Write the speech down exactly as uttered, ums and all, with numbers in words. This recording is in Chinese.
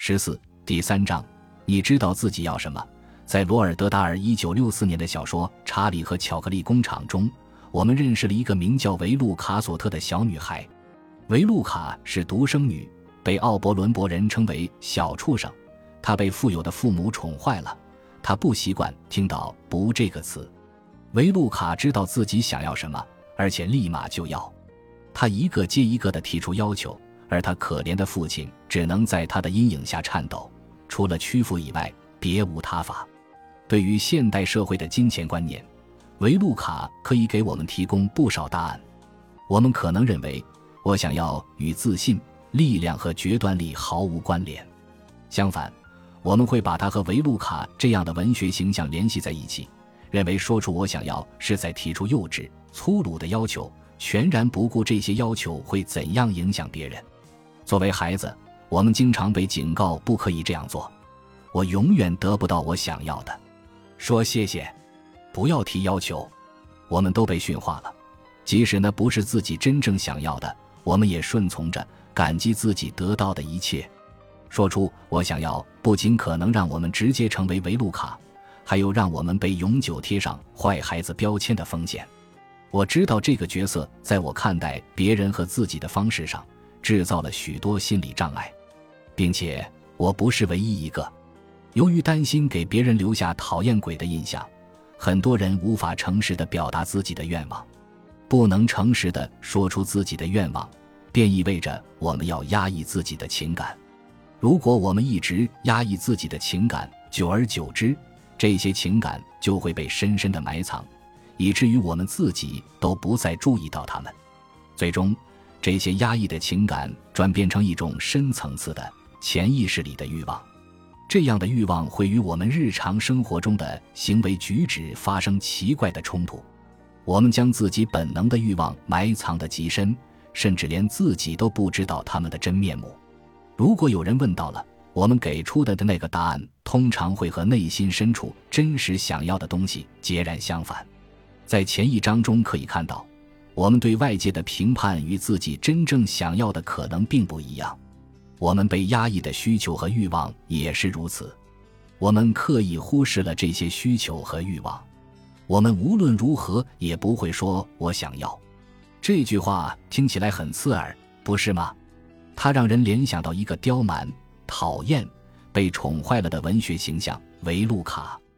十四第三章，你知道自己要什么。在罗尔德达尔一九六四年的小说《查理和巧克力工厂》中，我们认识了一个名叫维路卡索特的小女孩。维路卡是独生女，被奥伯伦伯人称为小畜生。她被富有的父母宠坏了，她不习惯听到不这个词。维路卡知道自己想要什么，而且立马就要。她一个接一个地提出要求，而她可怜的父亲只能在她的阴影下颤抖，除了屈服以外别无他法。对于现代社会的金钱观念，维路卡可以给我们提供不少答案。我们可能认为，我想要与自信、力量和决断力毫无关联。相反，我们会把它和维路卡这样的文学形象联系在一起，认为说出我想要是在提出幼稚、粗鲁的要求，全然不顾这些要求会怎样影响别人。作为孩子，我们经常被警告不可以这样做。我永远得不到我想要的。说谢谢，不要提要求。我们都被驯化了，即使那不是自己真正想要的，我们也顺从着，感激自己得到的一切。说出我想要不仅可能让我们直接成为维路卡，还有让我们被永久贴上坏孩子标签的风险。我知道这个角色在我看待别人和自己的方式上制造了许多心理障碍，并且我不是唯一一个。由于担心给别人留下讨厌鬼的印象，很多人无法诚实地表达自己的愿望。不能诚实地说出自己的愿望，便意味着我们要压抑自己的情感。如果我们一直压抑自己的情感，久而久之，这些情感就会被深深地埋藏，以至于我们自己都不再注意到它们。最终，这些压抑的情感转变成一种深层次的潜意识里的欲望。这样的欲望会与我们日常生活中的行为举止发生奇怪的冲突。我们将自己本能的欲望埋藏得极深，甚至连自己都不知道他们的真面目。如果有人问到了，我们给出的那个答案通常会和内心深处真实想要的东西截然相反。在前一章中可以看到，我们对外界的评判与自己真正想要的可能并不一样。我们被压抑的需求和欲望也是如此。我们刻意忽视了这些需求和欲望。我们无论如何也不会说我想要。这句话听起来很刺耳，不是吗？它让人联想到一个刁蛮、讨厌、被宠坏了的文学形象维路卡。